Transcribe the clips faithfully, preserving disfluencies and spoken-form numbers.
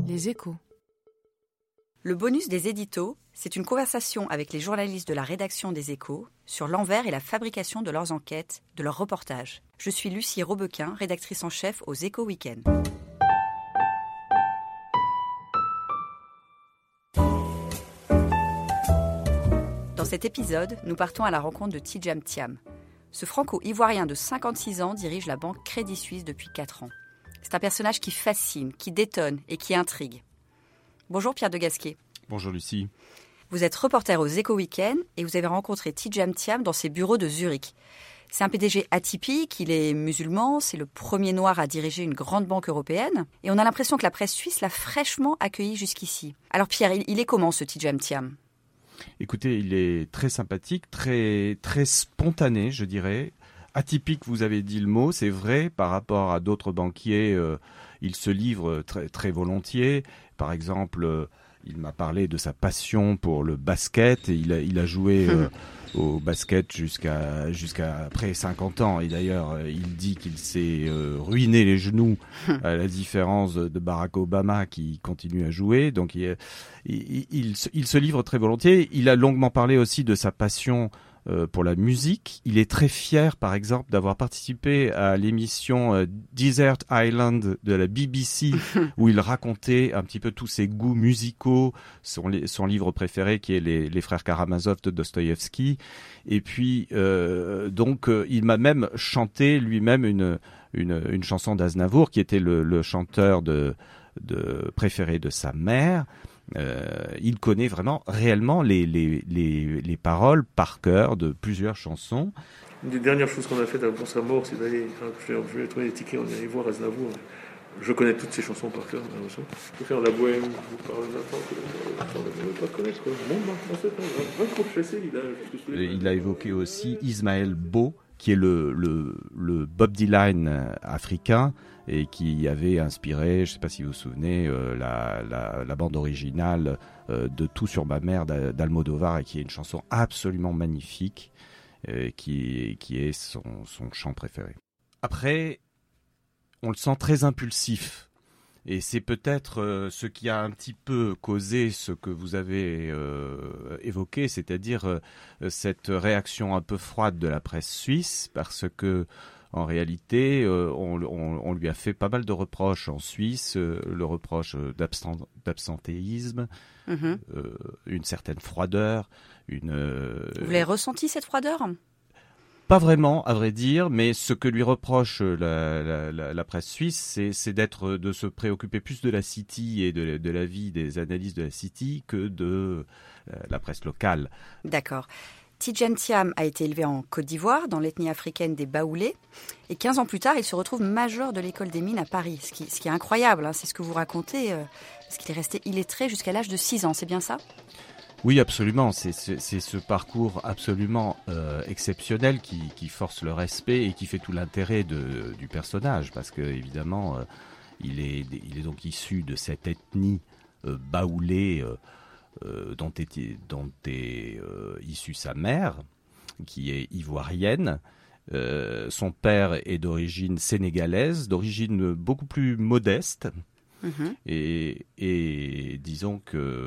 Les Échos. Le bonus des éditos, c'est une conversation avec les journalistes de la rédaction des Échos sur l'envers et la fabrication de leurs enquêtes, de leurs reportages. Je suis Lucie Robequin, rédactrice en chef aux Échos Week-end. Dans cet épisode, nous partons à la rencontre de Tidjane Thiam. Ce franco-ivoirien de cinquante-six ans dirige la banque Crédit Suisse depuis quatre ans. C'est un personnage qui fascine, qui détonne et qui intrigue. Bonjour Pierre de Gasquet. Bonjour Lucie. Vous êtes reporter aux Échos Week-end et vous avez rencontré Tidjane Thiam dans ses bureaux de Zurich. C'est un P D G atypique, il est musulman, c'est le premier noir à diriger une grande banque européenne et on a l'impression que la presse suisse l'a fraîchement accueilli jusqu'ici. Alors Pierre, il est comment ce Tidjane Thiam ? Écoutez, il est très sympathique, très, très spontané, je dirais. Atypique, vous avez dit le mot, c'est vrai, par rapport à d'autres banquiers, euh, il se livre très, très volontiers. Par exemple, euh, il m'a parlé de sa passion pour le basket. Et il, a, il a joué euh, au basket jusqu'à, jusqu'à après cinquante ans. Et d'ailleurs, euh, il dit qu'il s'est euh, ruiné les genoux, à la différence de Barack Obama qui continue à jouer. Donc, il, il, il, il se livre très volontiers. Il a longuement parlé aussi de sa passion pour la musique. Il est très fier, par exemple, d'avoir participé à l'émission euh, Desert Island de la B B C, où il racontait un petit peu tous ses goûts musicaux, son, son livre préféré qui est Les, les Frères Karamazov de Dostoïevski. Et puis, euh, donc, euh, il m'a même chanté lui-même une, une, une chanson d'Aznavour, qui était le, le chanteur de, de, préféré de sa mère. Euh, il connaît vraiment réellement les, les, les, les paroles par cœur de plusieurs chansons. Une des dernières choses qu'on a faites avant sa mort, c'est d'aller, hein, je vais trouver les tickets, on est allé voir Aznavour. Je connais toutes ses chansons par cœur. Je vais faire la bohème, je vous parle d'un temps que je ne veux pas connaître. Il a évoqué aussi Ismaël Beau, qui est le, le, le Bob Dylan africain et qui avait inspiré, je ne sais pas si vous vous souvenez, euh, la, la, la bande originale euh, de Tout sur ma mère d'Almodovar, et qui est une chanson absolument magnifique, euh, qui, qui est son, son chant préféré. Après, on le sent très impulsif. Et c'est peut-être euh, ce qui a un petit peu causé ce que vous avez euh, évoqué, c'est-à-dire euh, cette réaction un peu froide de la presse suisse, parce que en réalité, euh, on, on, on lui a fait pas mal de reproches en Suisse, euh, le reproche d'absent, d'absentéisme, mm-hmm. euh, une certaine froideur. Une, euh, vous l'avez ressenti cette froideur ? Pas vraiment, à vrai dire, mais ce que lui reproche la, la, la, la presse suisse, c'est, c'est d'être, de se préoccuper plus de la City et de, de la vie des analystes de la City que de euh, la presse locale. D'accord. Tidjane Thiam a été élevé en Côte d'Ivoire, dans l'ethnie africaine des Baoulés. Et quinze ans plus tard, il se retrouve major de l'école des mines à Paris. Ce qui, ce qui est incroyable, hein, c'est ce que vous racontez, euh, parce qu'il est resté illettré jusqu'à l'âge de six ans, c'est bien ça ? Oui, absolument. C'est, c'est, c'est ce parcours absolument euh, exceptionnel qui, qui force le respect et qui fait tout l'intérêt de, du personnage, parce que évidemment, euh, il est, il est donc issu de cette ethnie euh, baoulée euh, euh, dont est, dont est euh, issue sa mère, qui est ivoirienne. Euh, son père est d'origine sénégalaise, d'origine beaucoup plus modeste. Mmh. Et, et disons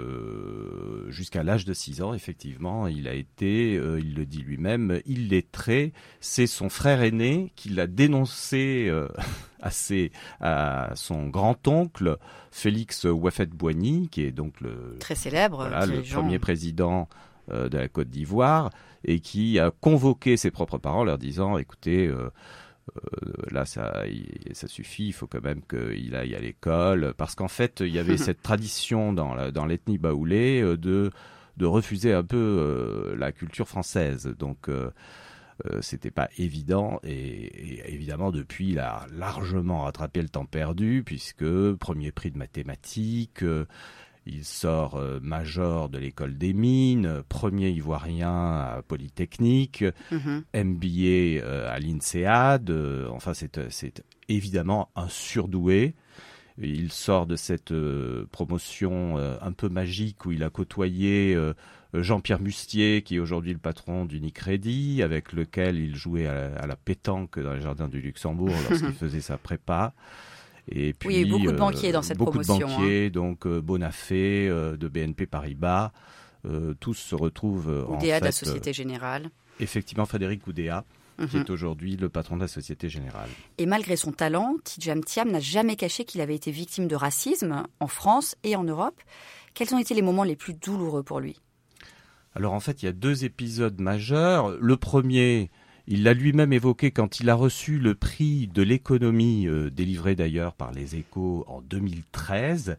que jusqu'à l'âge de six ans, effectivement, il a été, euh, il le dit lui-même, illettré. C'est son frère aîné qui l'a dénoncé euh, à, ses, à son grand-oncle, Félix Houphouët-Boigny, qui est donc le, très célèbre, voilà, le gens... premier président euh, de la Côte d'Ivoire, et qui a convoqué ses propres parents, leur disant, écoutez... Euh, Euh, là, ça, ça suffit. Il faut quand même qu'il aille à l'école, parce qu'en fait, il y avait cette tradition dans, la, dans l'ethnie baoulée de de refuser un peu euh, la culture française. Donc, euh, euh, c'était pas évident. Et, et évidemment, depuis, il a largement rattrapé le temps perdu, puisque premier prix de mathématiques. Euh, Il sort euh, major de l'école des mines, premier ivoirien à Polytechnique, mm-hmm. M B A euh, à l'INSEAD. Euh, enfin, c'est, c'est évidemment un surdoué. Il sort de cette euh, promotion euh, un peu magique où il a côtoyé euh, Jean-Pierre Mustier, qui est aujourd'hui le patron d'Unicredit, avec lequel il jouait à la, à la pétanque dans les jardins du Luxembourg lorsqu'il faisait sa prépa. Et puis, oui, il y a eu beaucoup de banquiers dans cette beaucoup promotion. Beaucoup de banquiers, hein. donc euh, Bonafé, euh, de B N P Paribas, euh, tous se retrouvent euh, en Oudéa fait... de la Société Générale. Euh, effectivement, Frédéric Oudéa, mm-hmm. qui est aujourd'hui le patron de la Société Générale. Et malgré son talent, Tidjane Thiam n'a jamais caché qu'il avait été victime de racisme en France et en Europe. Quels ont été les moments les plus douloureux pour lui ? Alors en fait, il y a deux épisodes majeurs. Le premier... Il l'a lui-même évoqué quand il a reçu le prix de l'économie, euh, délivré d'ailleurs par les Échos en deux mille treize.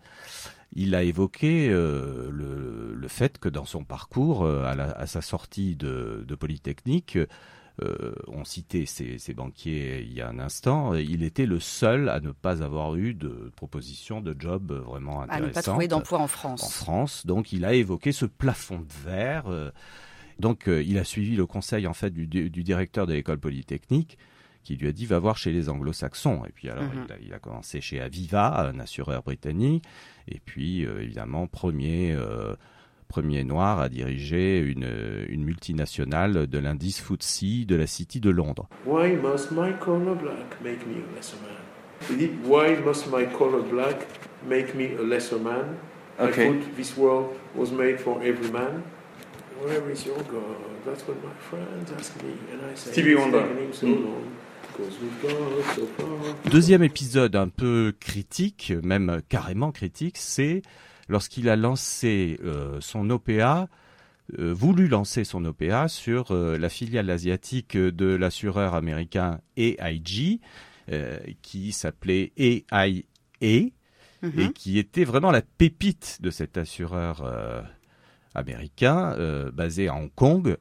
Il a évoqué euh, le, le fait que dans son parcours, euh, à, la, à sa sortie de, de Polytechnique, euh, on citait ces, ces banquiers il y a un instant, il était le seul à ne pas avoir eu de proposition de job vraiment intéressante. À ne pas trouver d'emploi en France. En France, donc il a évoqué ce plafond de verre. Euh, Donc, euh, il a suivi le conseil en fait du, du directeur de l'école polytechnique, qui lui a dit va voir chez les Anglo-Saxons. Et puis alors, mmh. il, a, il a commencé chez Aviva, un assureur britannique, et puis euh, évidemment premier euh, premier noir à diriger une une multinationale de l'indice F T S E de la City de Londres. Why must my color black make me a lesser man? He did, why must my color black make me a lesser man? Okay. I thought this world was made for every man. Where is your God? That's what my friends ask me. And I say, Stevie Wonder. So long, because we've gone so far. Deuxième épisode un peu critique, même carrément critique, c'est lorsqu'il a lancé euh, son O P A, euh, voulu lancer son O P A sur euh, la filiale asiatique de l'assureur américain A I G, euh, qui s'appelait A I A, mm-hmm. et qui était vraiment la pépite de cet assureur euh, américain, euh, basé à Hong Kong,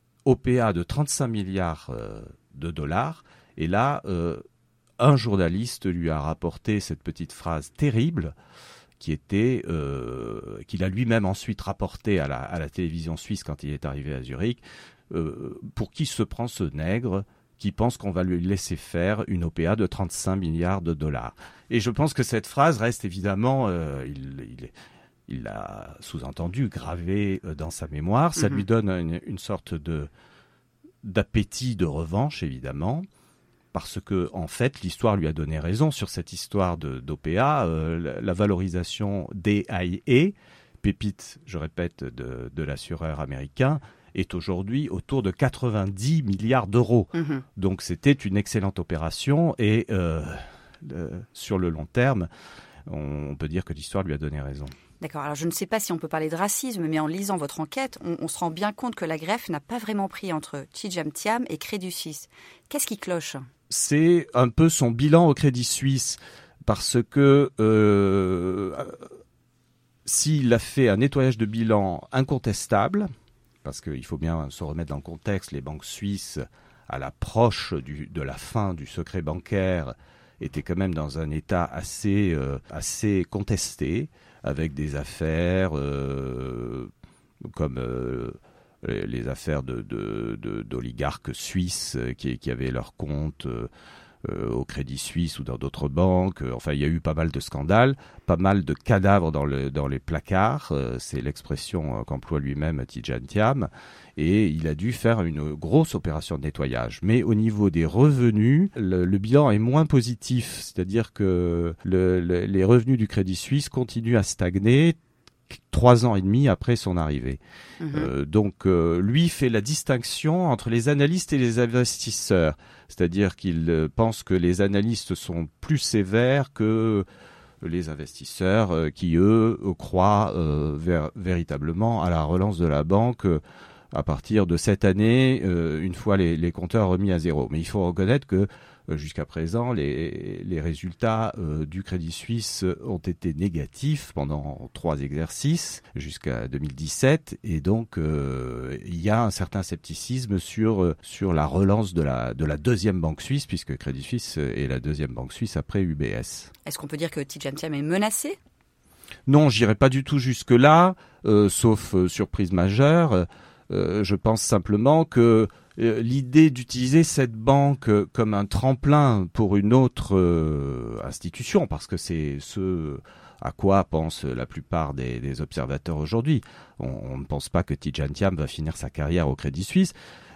O P A de trente-cinq milliards euh, de dollars. Et là, euh, un journaliste lui a rapporté cette petite phrase terrible qui était, euh, qu'il a lui-même ensuite rapporté à la, à la télévision suisse quand il est arrivé à Zurich. Euh, pour qui se prend ce nègre qui pense qu'on va lui laisser faire une O P A de trente-cinq milliards de dollars. Et je pense que cette phrase reste évidemment... Euh, il, il est, Il l'a sous-entendu, gravé dans sa mémoire. Ça mmh. lui donne une, une sorte de, d'appétit de revanche, évidemment, parce que, en fait, l'histoire lui a donné raison sur cette histoire de, d'O P A. Euh, la, la valorisation d'A I A, pépite, je répète, de, de l'assureur américain, est aujourd'hui autour de quatre-vingt-dix milliards d'euros. Mmh. Donc, c'était une excellente opération et, euh, le, sur le long terme, on, on peut dire que l'histoire lui a donné raison. D'accord, alors je ne sais pas si on peut parler de racisme, mais en lisant votre enquête, on, on se rend bien compte que la greffe n'a pas vraiment pris entre Tidjane Thiam et Crédit Suisse. Qu'est-ce qui cloche ? C'est un peu son bilan au Crédit Suisse, parce que euh, s'il a fait un nettoyage de bilan incontestable, parce qu'il faut bien se remettre dans le contexte, les banques suisses, à l'approche du, de la fin du secret bancaire, étaient quand même dans un état assez, euh, assez contesté, avec des affaires euh, comme euh, les affaires de, de, de, d'oligarques suisses qui, qui avaient leurs comptes euh, euh, au Crédit Suisse ou dans d'autres banques. Enfin, il y a eu pas mal de scandales, pas mal de cadavres dans, le, dans les placards. Euh, c'est l'expression qu'emploie lui-même Tidjane Thiam. Et il a dû faire une grosse opération de nettoyage. Mais au niveau des revenus, le, le bilan est moins positif. C'est-à-dire que le, le, les revenus du Crédit Suisse continuent à stagner trois ans et demi après son arrivée. Mmh. Euh, donc, euh, lui fait la distinction entre les analystes et les investisseurs. C'est-à-dire qu'il euh, pense que les analystes sont plus sévères que les investisseurs euh, qui, eux, croient euh, ver- véritablement à la relance de la banque euh, à partir de cette année, euh, une fois les, les compteurs remis à zéro. Mais il faut reconnaître que euh, jusqu'à présent, les, les résultats euh, du Crédit Suisse ont été négatifs pendant trois exercices jusqu'à deux mille dix-sept. Et donc, euh, il y a un certain scepticisme sur, euh, sur la relance de la, de la deuxième banque suisse, puisque Crédit Suisse est la deuxième banque suisse après U B S. Est-ce qu'on peut dire que Tidjane Thiam est menacé ? Non, j'irai pas du tout jusque-là, euh, sauf euh, surprise majeure. Euh, je pense simplement que euh, l'idée d'utiliser cette banque euh, comme un tremplin pour une autre euh, institution, parce que c'est ce à quoi pensent la plupart des, des observateurs aujourd'hui. On, on ne pense pas que Tidjane Thiam va finir sa carrière au Crédit Suisse.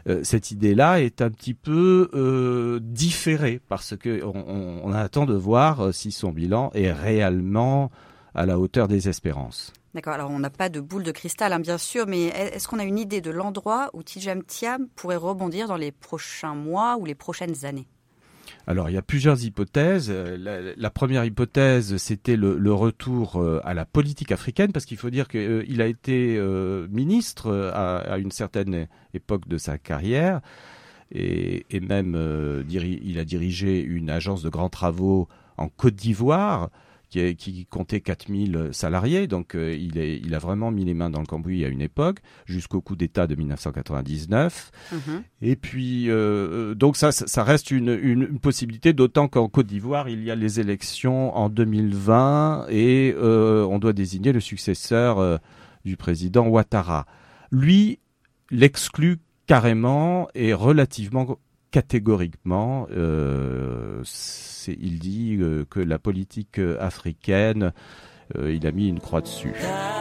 euh, cette idée-là est un petit peu euh, différée parce que on, on attend de voir euh, si son bilan est réellement à la hauteur des espérances. D'accord, alors on n'a pas de boule de cristal, hein, bien sûr, mais est-ce qu'on a une idée de l'endroit où Tidjane Thiam pourrait rebondir dans les prochains mois ou les prochaines années ? Alors, il y a plusieurs hypothèses. La, la première hypothèse, c'était le, le retour à la politique africaine, parce qu'il faut dire qu'il euh, a été euh, ministre à, à une certaine époque de sa carrière, et, et même euh, diri- il a dirigé une agence de grands travaux en Côte d'Ivoire, Qui, qui comptait quatre mille salariés, donc euh, il, est, il a vraiment mis les mains dans le cambouis à une époque, jusqu'au coup d'État de dix-neuf cent quatre-vingt-dix-neuf. Mmh. Et puis, euh, donc ça, ça reste une, une, une possibilité, d'autant qu'en Côte d'Ivoire, il y a les élections en deux mille vingt et euh, on doit désigner le successeur euh, du président Ouattara. Lui, l'exclut carrément et relativement catégoriquement. Euh, c'est, il dit euh, que la politique africaine, euh, il a mis une croix dessus.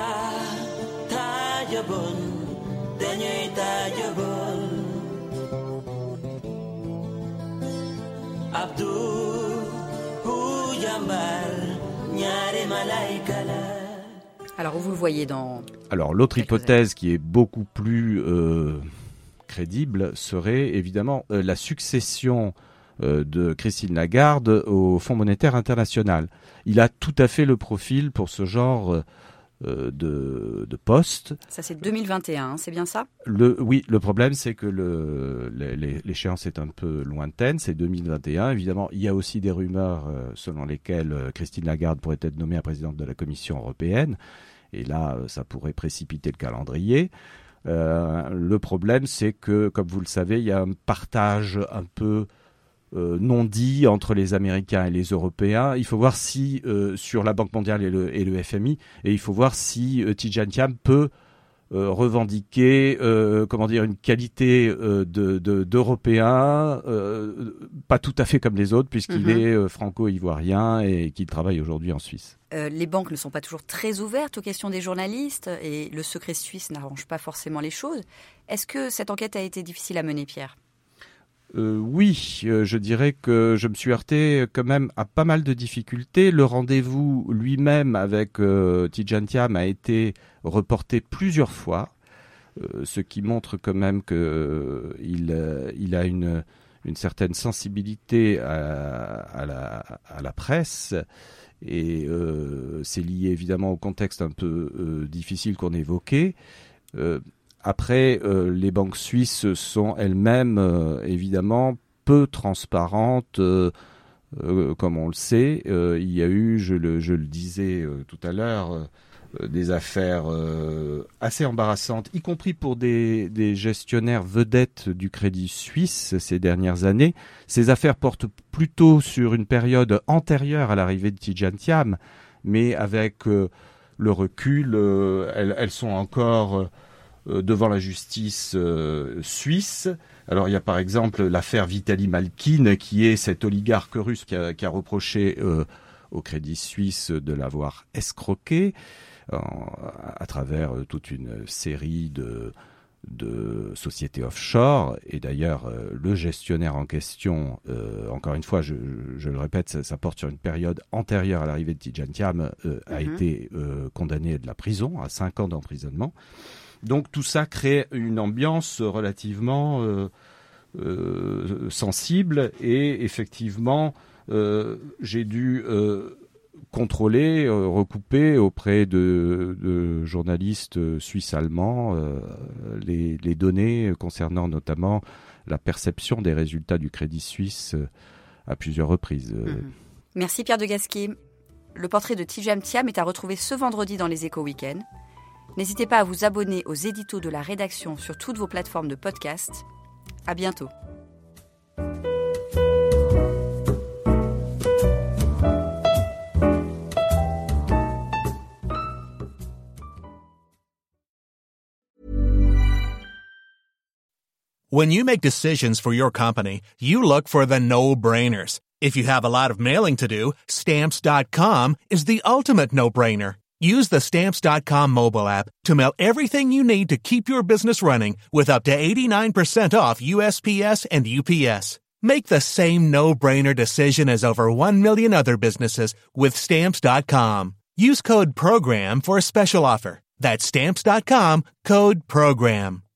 Alors, où vous le voyez dans... Alors, l'autre hypothèse qui est beaucoup plus... Euh, crédible serait évidemment euh, la succession euh, de Christine Lagarde au Fonds monétaire international. Il a tout à fait le profil pour ce genre euh, de, de poste. Ça, c'est deux mille vingt et un, c'est bien ça ? le, Oui, le problème, c'est que le, les, l'échéance est un peu lointaine, c'est deux mille vingt et un. Évidemment, il y a aussi des rumeurs euh, selon lesquelles euh, Christine Lagarde pourrait être nommée à présidente de la Commission européenne. Et là, euh, ça pourrait précipiter le calendrier. Euh, le problème, c'est que, comme vous le savez, il y a un partage un peu euh, non dit entre les Américains et les Européens. Il faut voir si, euh, sur la Banque mondiale et le, et le F M I, et il faut voir si euh, Tidjane Thiam peut euh, revendiquer, euh, comment dire, une qualité euh, de, de, d'Européen, euh, pas tout à fait comme les autres, puisqu'il mm-hmm. est euh, franco-ivoirien et qu'il travaille aujourd'hui en Suisse. Euh, les banques ne sont pas toujours très ouvertes aux questions des journalistes et le secret suisse n'arrange pas forcément les choses. Est-ce que cette enquête a été difficile à mener, Pierre ? Euh, oui, euh, je dirais que je me suis heurté quand même à pas mal de difficultés. Le rendez-vous lui-même avec euh, Tidjane Thiam a été reporté plusieurs fois, euh, ce qui montre quand même qu'il euh, euh, il a une, une certaine sensibilité à, à, la, à la presse. Et euh, c'est lié évidemment au contexte un peu euh, difficile qu'on évoquait. Euh, Après, euh, les banques suisses sont elles-mêmes euh, évidemment peu transparentes, euh, euh, comme on le sait. Euh, il y a eu, je le, je le disais euh, tout à l'heure, euh, des affaires euh, assez embarrassantes, y compris pour des, des gestionnaires vedettes du Crédit Suisse ces dernières années. Ces affaires portent plutôt sur une période antérieure à l'arrivée de Tidjane Thiam, mais avec euh, le recul, euh, elles, elles sont encore... Euh, devant la justice euh, suisse. Alors il y a par exemple l'affaire Vitali Malkin, qui est cet oligarque russe qui a, qui a reproché euh, au Crédit Suisse de l'avoir escroqué euh, à travers euh, toute une série de, de sociétés offshore. Et d'ailleurs, euh, le gestionnaire en question, euh, encore une fois, je, je le répète, ça, ça porte sur une période antérieure à l'arrivée de Tidjane Thiam, euh, a mm-hmm. été euh, condamné à de la prison, à cinq ans d'emprisonnement. Donc tout ça crée une ambiance relativement euh, euh, sensible et effectivement euh, j'ai dû euh, contrôler, euh, recouper auprès de, de journalistes suisses-allemands euh, les, les données concernant notamment la perception des résultats du Crédit Suisse euh, à plusieurs reprises. Mmh. Merci Pierre de Gasquet. Le portrait de Tidjane Thiam est à retrouver ce vendredi dans les Échos Week-end. N'hésitez pas à vous abonner aux éditos de la rédaction sur toutes vos plateformes de podcast. À bientôt. When you make decisions for your company, you look for the no-brainers. If you have a lot of mailing to do, Stamps dot com is the ultimate no-brainer. Use the Stamps dot com mobile app to mail everything you need to keep your business running with up to eighty-nine percent off U S P S and U P S. Make the same no-brainer decision as over one million other businesses with Stamps dot com. Use code PROGRAM for a special offer. That's Stamps dot com, code PROGRAM.